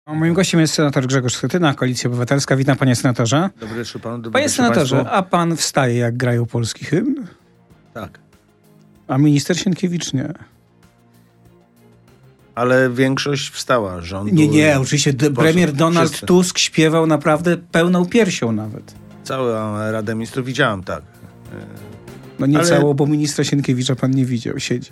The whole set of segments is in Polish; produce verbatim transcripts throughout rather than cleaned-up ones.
Moim gościem jest senator Grzegorz Schetyna, Koalicja Obywatelska. Witam, panie senatorze. Dobry wieczór panu. Dobry Panie wieczór senatorze, państwu. a pan wstaje, jak grają polski hymn? Tak. A minister Sienkiewicz nie. Ale większość wstała rządu. Nie, nie, oczywiście d- premier Donald wszyscy. Tusk śpiewał naprawdę pełną piersią nawet. Całą Radę Ministrów widziałem, tak. No nie Ale- całą, bo ministra Sienkiewicza pan nie widział, siedzi. E,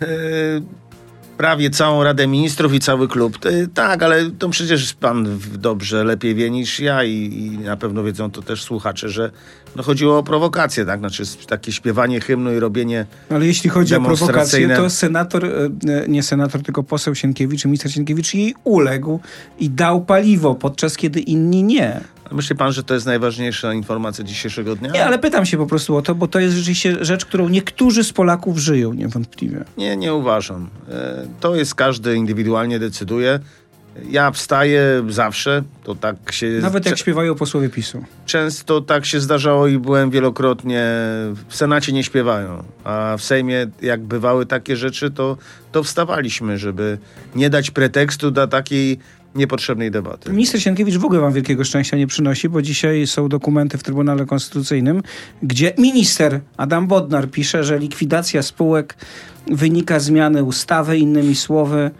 prawie całą Radę Ministrów i cały klub. E, tak, ale to przecież pan dobrze, lepiej wie niż ja i, i na pewno wiedzą to też słuchacze, że no chodziło o prowokację, tak? Znaczy takie śpiewanie hymnu i robienie... Ale jeśli chodzi o prowokację, demonstracyjne- to senator, e, nie senator, tylko poseł Sienkiewicz, minister Sienkiewicz jej uległ i dał paliwo, podczas kiedy inni nie. Myśli pan, że to jest najważniejsza informacja dzisiejszego dnia? Nie, ale pytam się po prostu o to, bo to jest rzeczywiście rzecz, którą niektórzy z Polaków żyją niewątpliwie. Nie, nie uważam. E, To jest każdy indywidualnie decyduje. Ja wstaję zawsze, to tak się... Nawet jak cze- śpiewają posłowie PiSu. Często tak się zdarzało i byłem wielokrotnie. W Senacie nie śpiewają, a w Sejmie jak bywały takie rzeczy, to, to wstawaliśmy, żeby nie dać pretekstu do takiej niepotrzebnej debaty. Minister Sienkiewicz w ogóle wam wielkiego szczęścia nie przynosi, bo dzisiaj są dokumenty w Trybunale Konstytucyjnym, gdzie minister Adam Bodnar pisze, że likwidacja spółek wynika z zmiany ustawy, innymi słowy.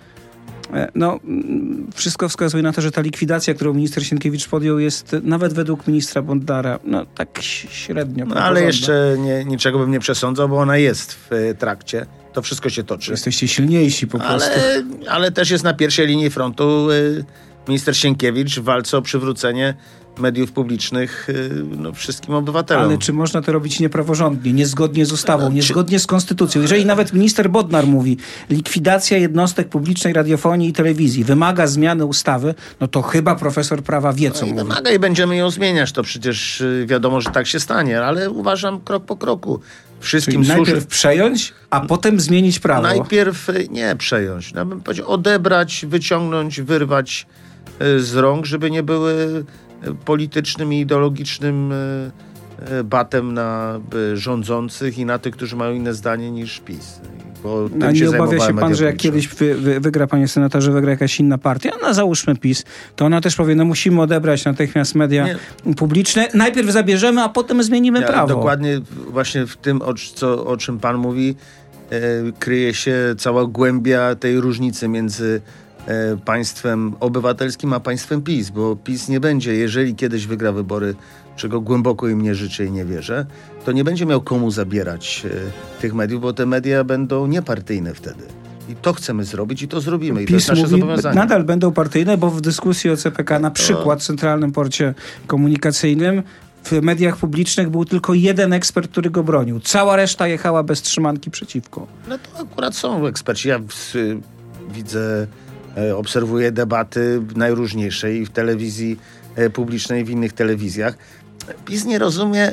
e, No, mm, wszystko wskazuje na to, że ta likwidacja, którą minister Sienkiewicz podjął, jest nawet według ministra Bodnara, no tak ś- średnio. No, ale praworządna. jeszcze nie, niczego bym nie przesądzał, bo ona jest w e, trakcie. To wszystko się toczy. Jesteście silniejsi po prostu. Ale, ale też jest na pierwszej linii frontu y, minister Sienkiewicz w walce o przywrócenie mediów publicznych y, no, wszystkim obywatelom. Ale czy można to robić nieprawomocnie, niezgodnie z ustawą, No, czy- niezgodnie z konstytucją? Jeżeli nawet minister Bodnar mówi, likwidacja jednostek publicznej radiofonii i telewizji wymaga zmiany ustawy, no to chyba profesor prawa wie, co I mówi. wymaga i będziemy ją zmieniać. To przecież y, wiadomo, że tak się stanie, ale uważam krok po kroku. Wszystkim Czyli służy... najpierw przejąć, a potem zmienić prawo. Najpierw y, nie przejąć. Ja bym powiedział odebrać, wyciągnąć, wyrwać y, z rąk, żeby nie były y, politycznym i ideologicznym y, y, batem na y, rządzących i na tych, którzy mają inne zdanie niż PiS. Bo tym A nie obawia zajmowałem się pan, media że jak publiczne. kiedyś wy, wy, wygra, panie senatorze, wygra jakaś inna partia, no załóżmy PiS, to ona też powie, no musimy odebrać natychmiast media Nie. publiczne. Najpierw zabierzemy, a potem zmienimy Ja, prawo. Dokładnie właśnie w tym, o, co, o czym pan mówi, e, kryje się cała głębia tej różnicy między e, państwem obywatelskim a państwem PiS, bo PiS nie będzie, jeżeli kiedyś wygra wybory, czego głęboko im nie życzę i nie wierzę, to nie będzie miał komu zabierać e, tych mediów, bo te media będą niepartyjne wtedy. I to chcemy zrobić i to zrobimy. I to jest PiS nasze mówi, zobowiązanie. nadal będą partyjne, bo w dyskusji o C P K, na przykład w Centralnym Porcie Komunikacyjnym, w mediach publicznych był tylko jeden ekspert, który go bronił. Cała reszta jechała bez trzymanki przeciwko. No to akurat są eksperci. Ja w, y, widzę, e, obserwuję debaty najróżniejsze i w telewizji e, publicznej, w innych telewizjach. PiS nie rozumie,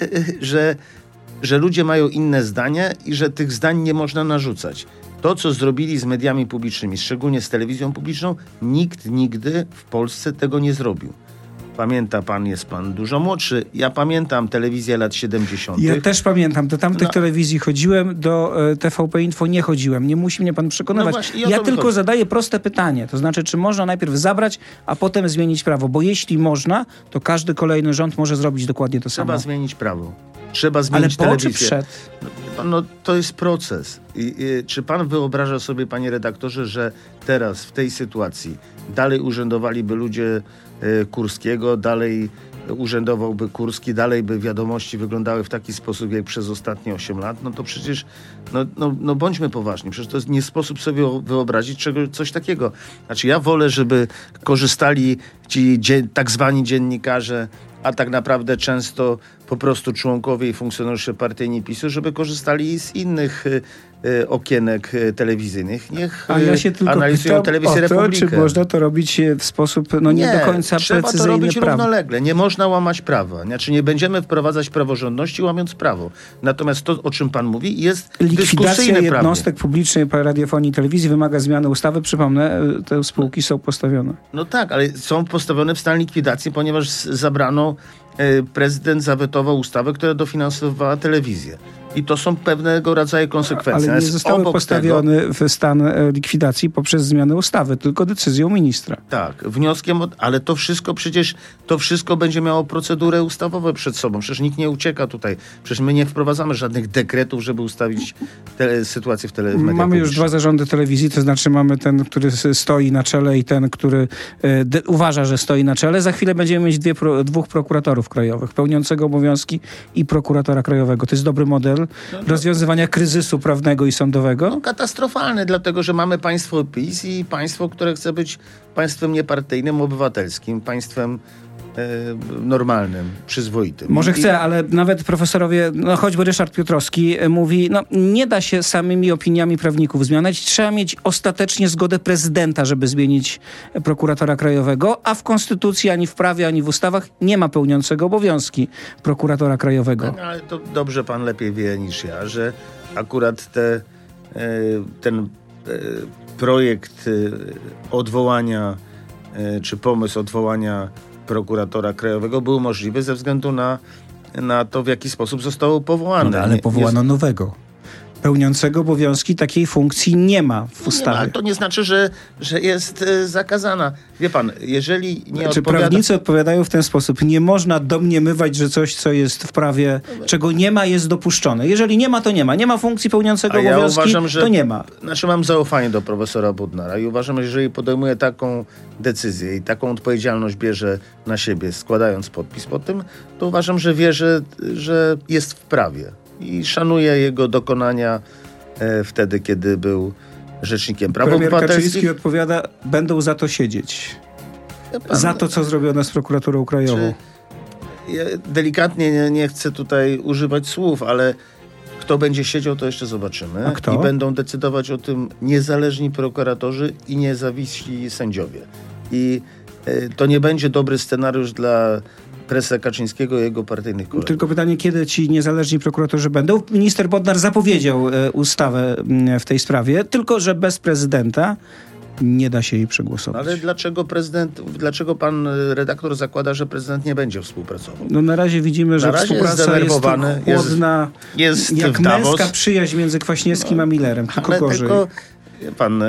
że, że ludzie mają inne zdania i że tych zdań nie można narzucać. To, co zrobili z mediami publicznymi, szczególnie z telewizją publiczną, nikt nigdy w Polsce tego nie zrobił. Pamięta pan, jest pan dużo młodszy. Ja pamiętam telewizję lat siedemdziesiątych. Ja też pamiętam, do tamtych No. telewizji chodziłem, do e, T V P Info nie chodziłem. Nie musi mnie pan przekonywać. No właśnie, i o ja to tylko wychodzi. zadaję proste pytanie. To znaczy, czy można najpierw zabrać, a potem zmienić prawo? Bo jeśli można, to każdy kolejny rząd może zrobić dokładnie to Trzeba samo. zmienić prawo. Trzeba Ale zmienić po czy telewizję. przed? No, no to jest proces. I, i, czy pan wyobraża sobie, panie redaktorze, że teraz w tej sytuacji dalej urzędowaliby ludzie e, Kurskiego, dalej urzędowałby Kurski, dalej by wiadomości wyglądały w taki sposób jak przez ostatnie osiem lat? No to przecież, no, no, no bądźmy poważni. Przecież to jest nie sposób sobie wyobrazić czego, coś takiego. Znaczy ja wolę, żeby korzystali ci dzie, tak zwani dziennikarze, a tak naprawdę często po prostu członkowie i funkcjonariusze partyjni PiSu, żeby korzystali z innych y, y, okienek y, telewizyjnych. Niech A ja się tylko analizują pytam telewizję o to, Republikę. czy można to robić w sposób no, nie, nie do końca trzeba precyzyjny. to robić prawo. równolegle. Nie można łamać prawa. Znaczy nie będziemy wprowadzać praworządności łamiąc prawo. Natomiast to, o czym pan mówi, jest Likwidacja dyskusyjne prawnie. jednostek publicznej radiofonii i telewizji wymaga zmiany ustawy. Przypomnę, te spółki są postawione. No tak, ale są postawione w stan likwidacji, ponieważ z- zabrano, e, prezydent zawetował ustawę, która dofinansowała telewizję. I to są pewnego rodzaju konsekwencje. Ale nie zostały postawione tego, w stan likwidacji poprzez zmianę ustawy, tylko decyzją ministra. Tak, wnioskiem, od, ale to wszystko przecież, to wszystko będzie miało procedurę ustawową przed sobą. Przecież nikt nie ucieka tutaj. Przecież my nie wprowadzamy żadnych dekretów, żeby ustawić tele, sytuację w telewizji. Mamy już dwa zarządy telewizji, to znaczy mamy ten, który stoi na czele i ten, który e, de, uważa, że stoi na czele. Za chwilę będziemy mieć dwie, pro, dwóch prokuratorów krajowych, pełniącego obowiązki i prokuratora krajowego. To jest dobry model no, no. rozwiązywania kryzysu prawnego i sądowego? No, katastrofalny, dlatego że mamy państwo PiS i państwo, które chce być państwem niepartyjnym, obywatelskim, państwem normalnym, przyzwoitym. Może I... chce, ale nawet profesorowie, no choćby Ryszard Piotrowski mówi, no nie da się samymi opiniami prawników zmieniać, trzeba mieć ostatecznie zgodę prezydenta, żeby zmienić prokuratora krajowego, a w konstytucji, ani w prawie, ani w ustawach nie ma pełniącego obowiązki prokuratora krajowego. No, ale to dobrze pan lepiej wie niż ja, że akurat te, ten projekt odwołania, czy pomysł odwołania prokuratora krajowego był możliwy ze względu na, na to, w jaki sposób został powołany. No, ale powołano jest... nowego. Pełniącego obowiązki takiej funkcji nie ma w ustawie. Nie ma, ale to nie znaczy, że, że jest y, zakazana. Wie pan, jeżeli nie Czy odpowiada... prawnicy odpowiadają w ten sposób? Nie można domniemywać, że coś, co jest w prawie, czego nie ma, jest dopuszczone. Jeżeli nie ma, to nie ma. Nie ma funkcji pełniącego ja obowiązki, uważam, że, to nie ma. Znaczy mam zaufanie do profesora Bodnara i uważam, że jeżeli podejmuje taką decyzję i taką odpowiedzialność bierze na siebie, składając podpis pod tym, to uważam, że wie, że, że jest w prawie. I szanuję jego dokonania e, wtedy, kiedy był rzecznikiem praw obywatelskich. Premier Kaczyński obywatelskich. odpowiada, będą za to siedzieć. Pan, za to, co zrobiono z prokuraturą krajową. Czy, ja delikatnie nie, nie chcę tutaj używać słów, ale kto będzie siedział, to jeszcze zobaczymy. A kto? I będą decydować o tym niezależni prokuratorzy i niezawiśli sędziowie. I e, to nie będzie dobry scenariusz dla prezesa Kaczyńskiego i jego partyjnych kolegów. Tylko pytanie, kiedy ci niezależni prokuratorzy będą? Minister Bodnar zapowiedział e, ustawę m, w tej sprawie, tylko że bez prezydenta nie da się jej przegłosować. Ale dlaczego prezydent, dlaczego pan redaktor zakłada, że prezydent nie będzie współpracował? No na razie widzimy, że współpraca jest, jest chłodna, jest, jest jak męska przyjaźń między Kwaśniewskim no, a Millerem, tylko ale gorzej. Tylko, pan...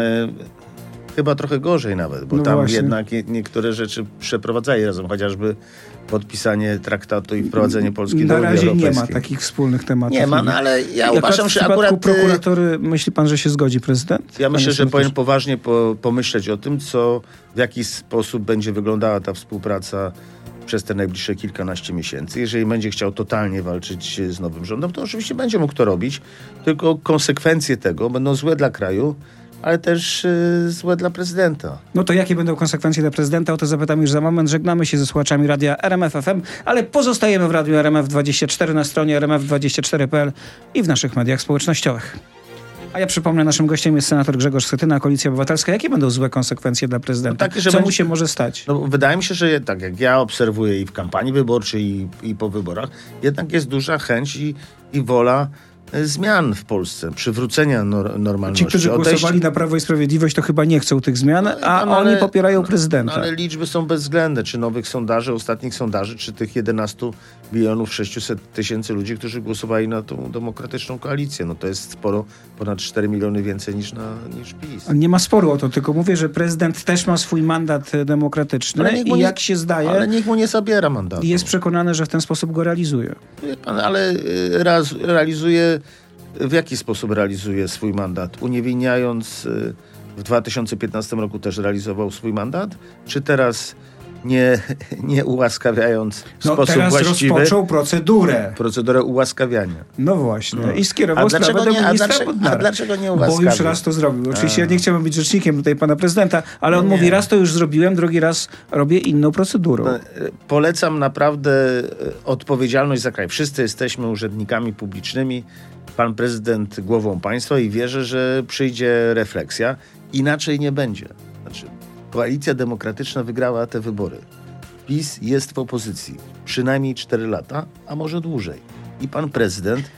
Chyba trochę gorzej nawet, bo no tam właśnie. jednak niektóre rzeczy przeprowadzali razem, chociażby podpisanie traktatu i wprowadzenie Polski do Unii Europejskiej. Na razie nie ma takich wspólnych tematów. Nie ma, no ale ja Jak uważam, w że akurat... prokuratury, myśli pan, że się zgodzi prezydent? Ja myślę, że powinien poważnie po, pomyśleć o tym, co, w jaki sposób będzie wyglądała ta współpraca przez te najbliższe kilkanaście miesięcy. Jeżeli będzie chciał totalnie walczyć z nowym rządem, to oczywiście będzie mógł to robić, tylko konsekwencje tego będą złe dla kraju, ale też y, złe dla prezydenta. No to jakie będą konsekwencje dla prezydenta? O to zapytam już za moment. Żegnamy się ze słuchaczami radia R M F F M, ale pozostajemy w radiu R M F dwadzieścia cztery na stronie r m f dwadzieścia cztery kropka p l i w naszych mediach społecznościowych. A ja przypomnę, naszym gościem jest senator Grzegorz Schetyna, Koalicja Obywatelska. Jakie będą złe konsekwencje dla prezydenta? No takie, Co będzie... mu się może stać? No, wydaje mi się, że tak jak ja obserwuję i w kampanii wyborczej i, i po wyborach, jednak jest duża chęć i, i wola zmian w Polsce, przywrócenia nor- normalności. Ci, którzy głosowali Odejście... na Prawo i Sprawiedliwość, to chyba nie chcą tych zmian, a no, ale, oni popierają prezydenta. No, ale liczby są bezwzględne. Czy nowych sondaży, ostatnich sondaży, czy tych jedenaście milionów sześćset tysięcy ludzi, którzy głosowali na tą demokratyczną koalicję. No to jest sporo, ponad cztery miliony więcej niż, na, niż PiS. Nie ma sporu o to, tylko mówię, że prezydent też ma swój mandat demokratyczny i nie, jak się zdaje... Ale nikt mu nie zabiera mandatu. I jest przekonany, że w ten sposób go realizuje. Pan, ale raz, realizuje... W jaki sposób realizuje swój mandat? Uniewinniając, w dwa tysiące piętnastym roku też realizował swój mandat? Czy teraz nie, nie ułaskawiając w no, sposób teraz właściwy... rozpoczął procedurę. Procedurę ułaskawiania. No właśnie. No. I skierował sprawę do ministra a dlaczego, Bodnara. A dlaczego nie ułaskawił? Bo już raz to zrobił. Oczywiście a. ja nie chciałbym być rzecznikiem tutaj pana prezydenta, ale on nie. mówi, raz to już zrobiłem, drugi raz robię inną procedurą. No, polecam naprawdę odpowiedzialność za kraj. Wszyscy jesteśmy urzędnikami publicznymi. Pan prezydent głową państwa i wierzę, że przyjdzie refleksja. Inaczej nie będzie. Znaczy, Koalicja Demokratyczna wygrała te wybory. PiS jest w opozycji przynajmniej cztery lata, a może dłużej. I pan prezydent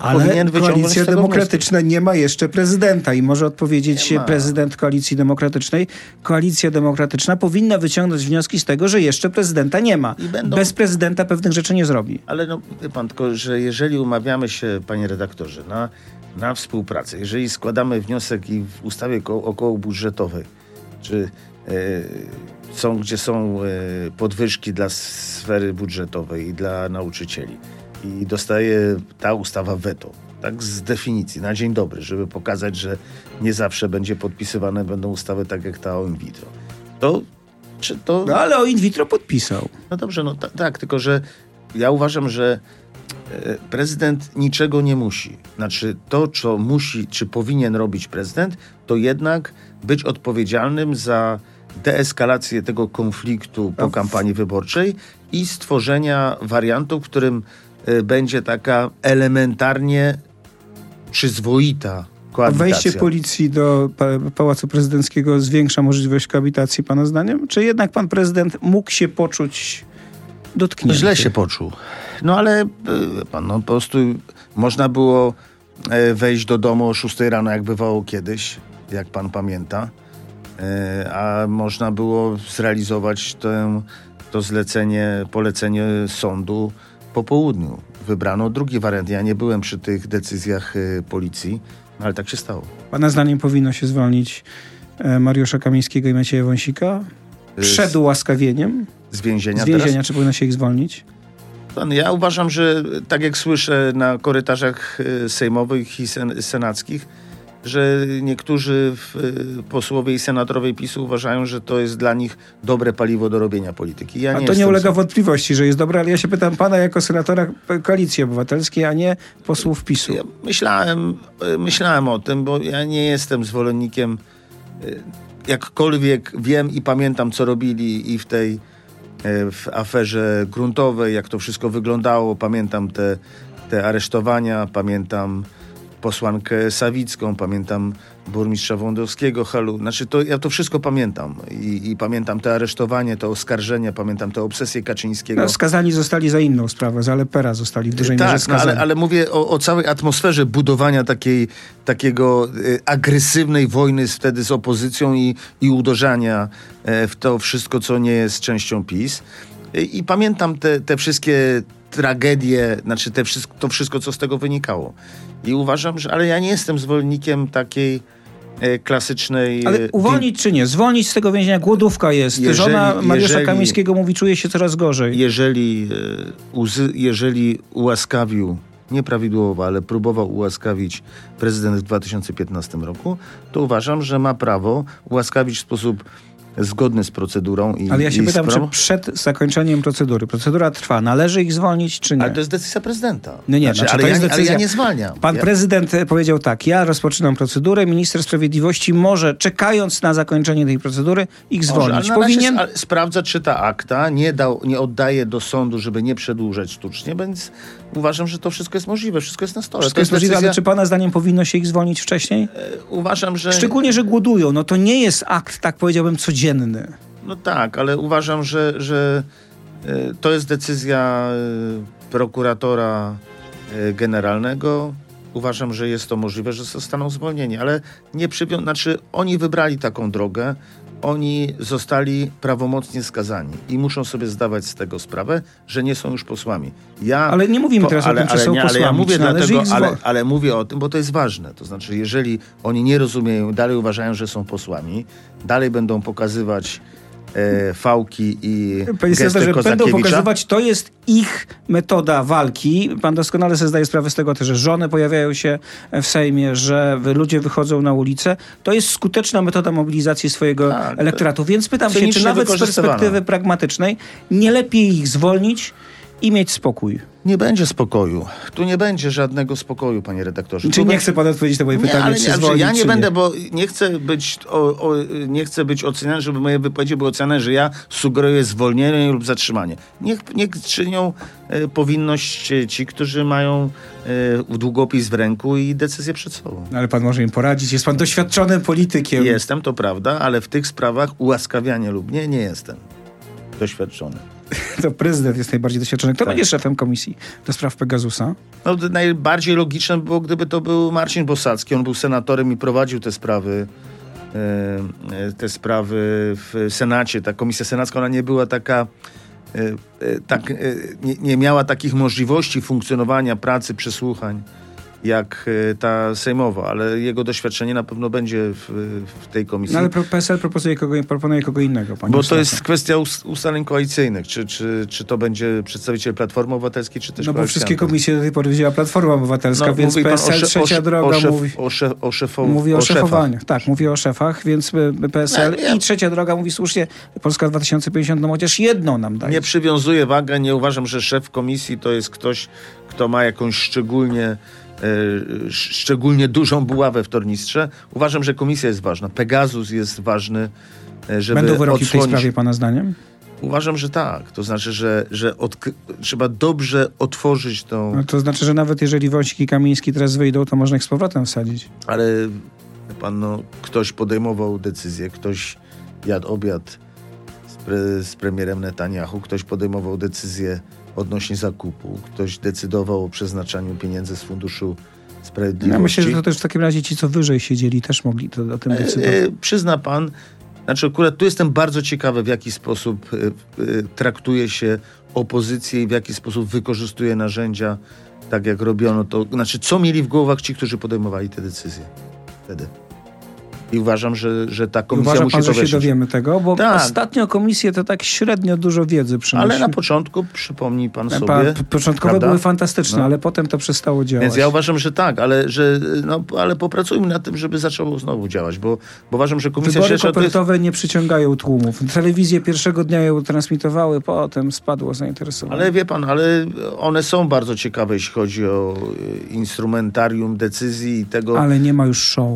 Ale Koalicja Demokratyczna wnioski. Nie ma jeszcze prezydenta i może odpowiedzieć prezydent Koalicji Demokratycznej. Koalicja Demokratyczna powinna wyciągnąć wnioski z tego, że jeszcze prezydenta nie ma. Będą... Bez prezydenta pewnych rzeczy nie zrobi. Ale no, wie pan, tylko, że jeżeli umawiamy się, panie redaktorze, na, na współpracę, jeżeli składamy wniosek i w ustawie ko- okołobudżetowej, czy e, są, gdzie są e, podwyżki dla sfery budżetowej i dla nauczycieli, i dostaje ta ustawa weto, tak z definicji, na dzień dobry, żeby pokazać, że nie zawsze będzie podpisywane będą ustawy tak jak ta o in vitro. To, czy to... No ale o in vitro podpisał. No dobrze, no t- tak, tylko że ja uważam, że e, prezydent niczego nie musi. Znaczy to, co musi, czy powinien robić prezydent, to jednak być odpowiedzialnym za deeskalację tego konfliktu po kampanii wyborczej i stworzenia wariantu, w którym będzie taka elementarnie przyzwoita koabitacja. A wejście policji do pa- Pałacu Prezydenckiego zwiększa możliwość koabitacji, pana zdaniem? Czy jednak pan prezydent mógł się poczuć dotknięty? Źle się poczuł. No ale pan, no, po prostu można było wejść do domu o szóstej rano, jak bywało kiedyś, jak pan pamięta, a można było zrealizować tę, to zlecenie, polecenie sądu po południu. Wybrano drugi wariant. Ja nie byłem przy tych decyzjach y, policji, no, ale tak się stało. Pana zdaniem powinno się zwolnić e, Mariusza Kamińskiego i Macieja Wąsika? Przed ułaskawieniem? Z więzienia Z więzienia, teraz? czy powinno się ich zwolnić? Pan, ja uważam, że tak jak słyszę na korytarzach y, sejmowych i sen, senackich, że niektórzy y, posłowie i senatorowie PiSu uważają, że to jest dla nich dobre paliwo do robienia polityki. Ja a nie to nie ulega sam. wątpliwości, że jest dobre, ale ja się pytam pana jako senatora Koalicji Obywatelskiej, a nie posłów PiSu. Ja myślałem, myślałem o tym, bo ja nie jestem zwolennikiem, y, jakkolwiek wiem i pamiętam, co robili i w tej y, w aferze gruntowej, jak to wszystko wyglądało. Pamiętam te, te aresztowania, pamiętam posłankę Sawicką, pamiętam burmistrza Wądowskiego, Halu. Znaczy to, ja to wszystko pamiętam. I, i pamiętam te aresztowanie, te oskarżenia, pamiętam te obsesje Kaczyńskiego. No, skazani zostali za inną sprawę, za Lepera zostali w dużej tak, mierze skazani. No, ale, ale mówię o, o całej atmosferze budowania takiej, takiego y, agresywnej wojny z, wtedy z opozycją i, i uderzania y, w to wszystko, co nie jest częścią PiS. Y, I pamiętam te, te wszystkie tragedie, znaczy te wszystko, to wszystko, co z tego wynikało. I uważam, że... Ale ja nie jestem zwolennikiem takiej e, klasycznej... Ale uwolnić czy nie? Zwolnić z tego więzienia? Głodówka jest. Jeżeli, Żona Mariusza jeżeli, Kamińskiego mówi, czuje się coraz gorzej. Jeżeli, e, uzy, jeżeli ułaskawił, nieprawidłowo, ale próbował ułaskawić prezydent w dwa tysiące piętnastym roku, to uważam, że ma prawo ułaskawić w sposób zgodny z procedurą. I, ale ja się i pytam, sprawą? czy przed zakończeniem procedury, procedura trwa, należy ich zwolnić, czy nie? Ale to jest decyzja prezydenta. No nie, znaczy, znaczy, ale, to ja, jest decyzja... ale ja nie zwalniam. Pan ja... prezydent powiedział tak, ja rozpoczynam procedurę, minister sprawiedliwości może, czekając na zakończenie tej procedury, ich zwolnić. Może, ale powinien... razie sprawdza, czy ta akta nie, dał, nie oddaje do sądu, żeby nie przedłużać sztucznie, więc uważam, że to wszystko jest możliwe, wszystko jest na stole. Wszystko to jest jest możliwe, decyzja... ale czy pana zdaniem powinno się ich zwolnić wcześniej? E, uważam, że... Szczególnie, że głodują. No to nie jest akt, tak powiedziałbym, codzienny. No tak, ale uważam, że, że e, to jest decyzja e, prokuratora e, generalnego. Uważam, że jest to możliwe, że zostaną zwolnieni, ale nie przywią... Znaczy, oni wybrali taką drogę, oni zostali prawomocnie skazani i muszą sobie zdawać z tego sprawę, że nie są już posłami. Ja, ale nie mówimy teraz po, ale, o tym, czy ale, są nie, posłami. Ale ja mówię dlatego, zwo... ale, ale mówię o tym, bo to jest ważne. To znaczy, jeżeli oni nie rozumieją, dalej uważają, że są posłami, dalej będą pokazywać e, fałki i Panie gesty że Kozakiewicza. Będą pokazywać, to jest ich metoda walki. Pan doskonale sobie zdaje sprawę z tego też, że żony pojawiają się w Sejmie, że ludzie wychodzą na ulicę. To jest skuteczna metoda mobilizacji swojego tak, elektoratu. Więc pytam się, czy nawet z perspektywy pragmatycznej nie lepiej ich zwolnić i mieć spokój? Nie będzie spokoju. Tu nie będzie żadnego spokoju, panie redaktorze. Czy nie chce pan odpowiedzieć na moje nie, pytanie, ale czy nie, zwolnić, ja nie czy będę, nie? bo nie chcę być, o, o, nie chcę być oceniany, żeby moje wypowiedzi były oceniane, że ja sugeruję zwolnienie lub zatrzymanie. Niech, niech czynią e, powinność ci, którzy mają e, długopis w ręku i decyzję przed sobą. Ale pan może im poradzić. Jest pan doświadczonym politykiem. Jestem, to prawda, ale w tych sprawach ułaskawianie lub nie, nie jestem doświadczony. to prezydent jest najbardziej doświadczony. Kto tak. będzie szefem komisji do spraw Pegasusa? No, najbardziej logiczne by było, gdyby to był Marcin Bosacki. On był senatorem i prowadził te sprawy, e, te sprawy w Senacie. Ta komisja senacka, ona nie była taka, e, e, tak, e, nie, nie miała takich możliwości funkcjonowania, pracy, przesłuchań, jak ta sejmowa, ale jego doświadczenie na pewno będzie w, w tej komisji. No ale P S L proponuje kogo, proponuje kogo innego. Panie Bo to jest kwestia ustaleń koalicyjnych. Czy, czy, czy to będzie przedstawiciel Platformy Obywatelskiej, czy też No bo wszystkie komisje do tej pory wzięła Platforma Obywatelska, no, więc P S L, Trzecia o, Droga o szef, mówi o, szef, o, szefo, mówi o, o szefowaniu. szefach. Tak, mówi o szefach, więc P S L ja, ja, i Trzecia Droga mówi słusznie, Polska dwa tysiące pięćdziesiąt, no chociaż jedną nam daje. Nie przywiązuję wagę, nie uważam, że szef komisji to jest ktoś, kto ma jakąś szczególnie szczególnie dużą buławę w tornistrze. Uważam, że komisja jest ważna. Pegasus jest ważny, żeby Będą wyroki odsłonić... w tej sprawie, pana zdaniem? Uważam, że tak. To znaczy, że, że odk- trzeba dobrze otworzyć tą... No to znaczy, że nawet jeżeli Wąsik i Kamiński teraz wyjdą, to można ich z powrotem wsadzić. Ale pan, no, ktoś podejmował decyzję, ktoś jadł obiad z, pre- z premierem Netanyahu, ktoś podejmował decyzję odnośnie zakupu. Ktoś decydował o przeznaczaniu pieniędzy z Funduszu Sprawiedliwości. Ja myślę, że to też w takim razie ci, co wyżej siedzieli, też mogli to, o tym decydować. E, e, przyzna pan, znaczy akurat tu jestem bardzo ciekawy, w jaki sposób e, e, traktuje się opozycję i w jaki sposób wykorzystuje narzędzia, tak jak robiono to. Znaczy, co mieli w głowach ci, którzy podejmowali te decyzje wtedy. I uważam, że, że ta komisja Uważa musi pan, to że się dowiemy tego? Bo tak. ostatnio komisje to tak średnio dużo wiedzy przynosi. Ale na początku, przypomnij pan sobie... Pa, początkowe prawda? były fantastyczne, no. ale potem to przestało działać. Więc ja uważam, że tak, ale, że, no, ale popracujmy nad tym, żeby zaczęło znowu działać, bo, bo uważam, że komisja... Wybory śledcza kopertowe jest... nie przyciągają tłumów. Telewizje pierwszego dnia ją transmitowały, potem spadło zainteresowanie. Ale wie pan, ale one są bardzo ciekawe, jeśli chodzi o instrumentarium decyzji i tego... Ale nie ma już show.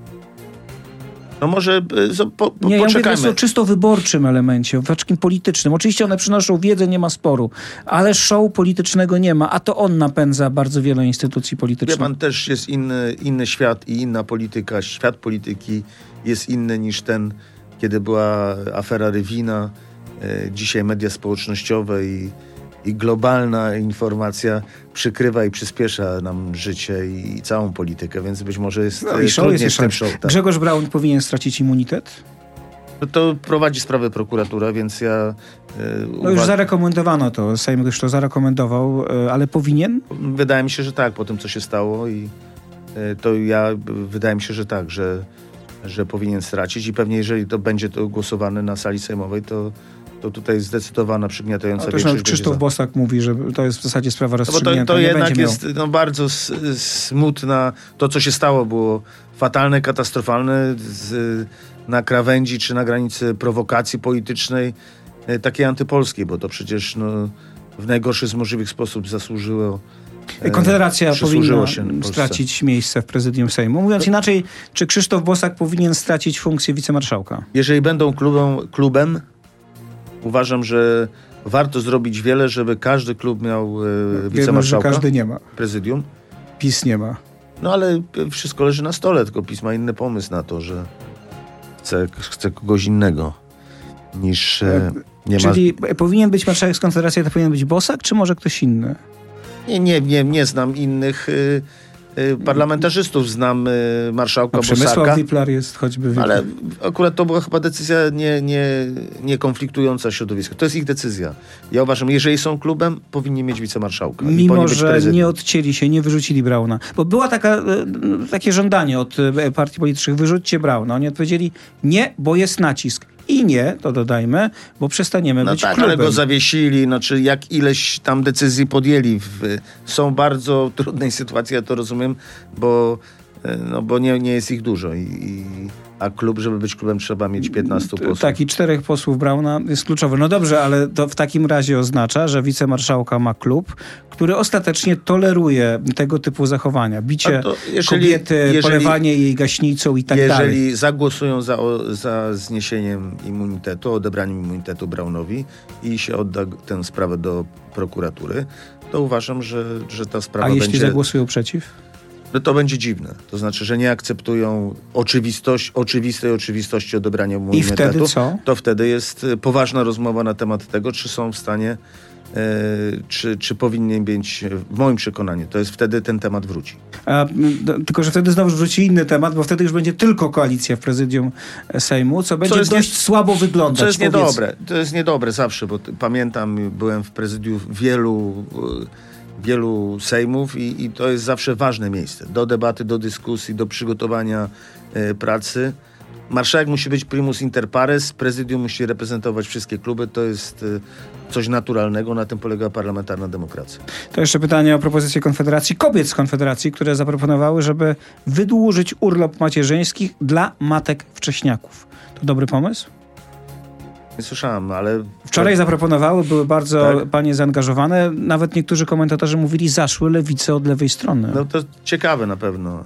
No może po, po, nie, poczekajmy. Ja mówię o czysto wyborczym elemencie, o takim politycznym. Oczywiście one przynoszą wiedzę, nie ma sporu, ale show politycznego nie ma, a to on napędza bardzo wiele instytucji politycznych. Wie pan, też jest inny, inny świat i inna polityka. Świat polityki jest inny niż ten, kiedy była afera Rywina. E, dzisiaj media społecznościowe i, i globalna informacja przykrywa i przyspiesza nam życie i, i całą politykę, więc być może jest no i show jest z tym show. Tak. Grzegorz Braun powinien stracić immunitet? No to prowadzi sprawę prokuratura, więc ja... E, no już uwag... zarekomendowano to, Sejm już to zarekomendował, e, ale powinien? Wydaje mi się, że tak, po tym co się stało i e, to ja, wydaje mi się, że tak, że, że powinien stracić i pewnie jeżeli to będzie to głosowane na sali sejmowej, to to tutaj jest zdecydowana, przygniatająca no, większość. Krzysztof za... Bosak mówi, że to jest w zasadzie sprawa rozstrzygnięta. No bo to, to nie jednak będzie jest miał... no, bardzo s- smutna. To, co się stało, było fatalne, katastrofalne, z, na krawędzi czy na granicy prowokacji politycznej, e, takiej antypolskiej, bo to przecież no, w najgorszy z możliwych sposób zasłużyło. E, Konfederacja powinna się stracić miejsce w prezydium Sejmu. Mówiąc to... inaczej, czy Krzysztof Bosak powinien stracić funkcję wicemarszałka? Jeżeli będą klubem, klubem uważam, że warto zrobić wiele, żeby każdy klub miał e, wicemarszałka. Wiemy, że każdy nie ma. Prezydium. PiS nie ma. No ale wszystko leży na stole, tylko PiS ma inny pomysł na to, że chce, chce kogoś innego niż e, nie Czyli ma... powinien być marszałek z Konfederacji, to powinien być Bosak, czy może ktoś inny? Nie, nie, nie, nie znam innych y, y, parlamentarzystów. Znam y, marszałka no, Bosaka. Przemysław Wiplar jest choćby... Wiplar. Ale akurat to była chyba decyzja nie, nie, nie konfliktująca środowisko. To jest ich decyzja. Ja uważam, jeżeli są klubem, powinni mieć wicemarszałka. Mimo, że nie odcięli się, nie wyrzucili Brauna. Bo była taka, takie żądanie od partii politycznych, wyrzućcie Brauna. Oni odpowiedzieli nie, bo jest nacisk. I nie, to dodajmy, bo przestaniemy no być tak, klubem. ale go zawiesili, no czy jak ileś tam decyzji podjęli. W, są bardzo trudnej sytuacji, ja to rozumiem, bo, no, bo nie, nie jest ich dużo. I, i, a klub, żeby być klubem, trzeba mieć piętnastu posłów. Tak, i czterech posłów Brauna jest kluczowe. No dobrze, ale to w takim razie oznacza, że wicemarszałka ma klub, który ostatecznie toleruje tego typu zachowania. Bicie jeżeli, kobiety, jeżeli, polewanie jej gaśnicą i tak jeżeli dalej. Jeżeli zagłosują za, za zniesieniem immunitetu, odebraniem immunitetu Braunowi i się odda tę sprawę do prokuratury, to uważam, że, że ta sprawa A będzie... jeśli zagłosują przeciw? no to będzie dziwne. To znaczy, że nie akceptują oczywistość, oczywistej oczywistości odebrania mu I immunitetu. wtedy co? To wtedy jest poważna rozmowa na temat tego, czy są w stanie, e, czy, czy powinien być, w moim przekonaniu, to jest wtedy ten temat wróci. A, do, tylko, że wtedy znowu wróci inny temat, bo wtedy już będzie tylko koalicja w prezydium Sejmu, co będzie jest dość nie, słabo wyglądać. To jest powiedz. niedobre. To jest niedobre zawsze, bo t- pamiętam, byłem w prezydium wielu, y, wielu sejmów i, i to jest zawsze ważne miejsce. Do debaty, do dyskusji, do przygotowania y, pracy. Marszałek musi być primus inter pares, prezydium musi reprezentować wszystkie kluby. To jest y, coś naturalnego, na tym polega parlamentarna demokracja. To jeszcze pytanie o propozycję Konfederacji, kobiet z Konfederacji, które zaproponowały, żeby wydłużyć urlop macierzyński dla matek wcześniaków. To dobry pomysł? Nie słyszałem, ale... Wczoraj zaproponowały, były bardzo Tak? panie zaangażowane. Nawet niektórzy komentatorzy mówili, zaszły lewice od lewej strony. No to ciekawe na pewno.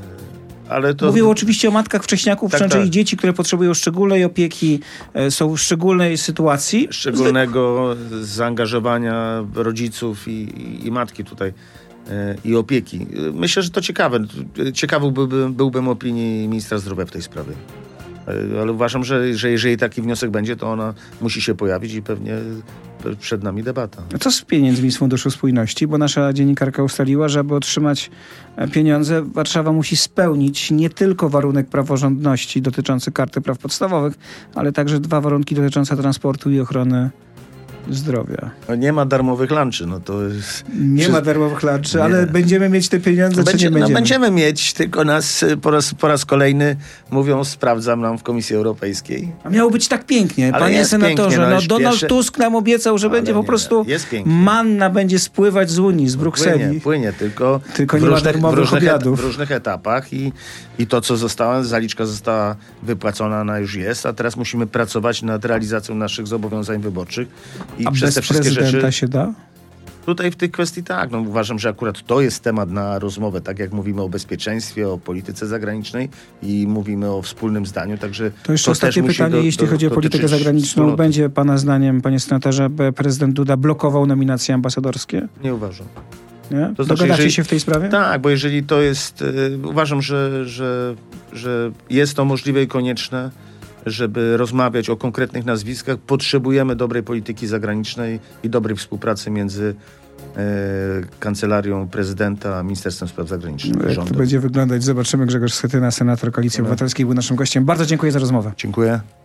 Ale to... Mówił oczywiście o matkach wcześniaków, Tak, czyli tak. dzieci, które potrzebują szczególnej opieki, e, są w szczególnej sytuacji. Szczególnego zaangażowania rodziców i, i, i matki tutaj e, i opieki. Myślę, że to ciekawe. Ciekawy byłbym, byłbym opinii ministra zdrowia w tej sprawie. E, ale uważam, że, że jeżeli taki wniosek będzie, to ona musi się pojawić i pewnie przed nami debata. A co z pieniędzmi z Funduszu Spójności? Bo nasza dziennikarka ustaliła, że aby otrzymać pieniądze, Warszawa musi spełnić nie tylko warunek praworządności dotyczący Karty Praw Podstawowych, ale także dwa warunki dotyczące transportu i ochrony zdrowia. No nie ma darmowych lunchy, no to jest... Nie Przez... ma darmowych lunchy, Nie. ale będziemy mieć te pieniądze, Będzie, czy nie będziemy? No będziemy mieć, tylko nas po raz, po raz kolejny mówią, sprawdzam nam w Komisji Europejskiej. A miało być tak pięknie. Ale Panie jest senatorze, pięknie, no no już Donald pierwsze- Tusk nam obiecał, że Ale będzie po nie, prostu jest pięknie. manna będzie spływać z Unii, z Brukseli. Płynie, płynie, tylko, Tylko w nie ma różnych, darmowych w różnych, obiadów. w różnych etapach i, i to, co zostało, zaliczka została wypłacona, ona już jest, a teraz musimy pracować nad realizacją naszych zobowiązań wyborczych i A przez bez te wszystkie prezydenta rzeczy... się da? Tutaj w tej kwestii tak, no uważam, że akurat to jest temat na rozmowę, tak jak mówimy o bezpieczeństwie, o polityce zagranicznej i mówimy o wspólnym zdaniu, także To jeszcze to ostatnie też musi pytanie, do, jeśli do, chodzi o politykę dotyczyć zagraniczną. wspólnoty. Będzie pana zdaniem, panie senatorze, aby prezydent Duda blokował nominacje ambasadorskie? Nie uważam. Nie? To znaczy, Dogadacie jeżeli- się w tej sprawie? Tak, bo jeżeli to jest, y, uważam, że, że, że jest to możliwe i konieczne, żeby rozmawiać o konkretnych nazwiskach, potrzebujemy dobrej polityki zagranicznej i dobrej współpracy między e, Kancelarią Prezydenta a Ministerstwem Spraw Zagranicznych. Jak to rządem. będzie wyglądać, zobaczymy. Grzegorz Schetyna, senator Koalicji Dziękuję. Obywatelskiej, był naszym gościem. Bardzo dziękuję za rozmowę. Dziękuję.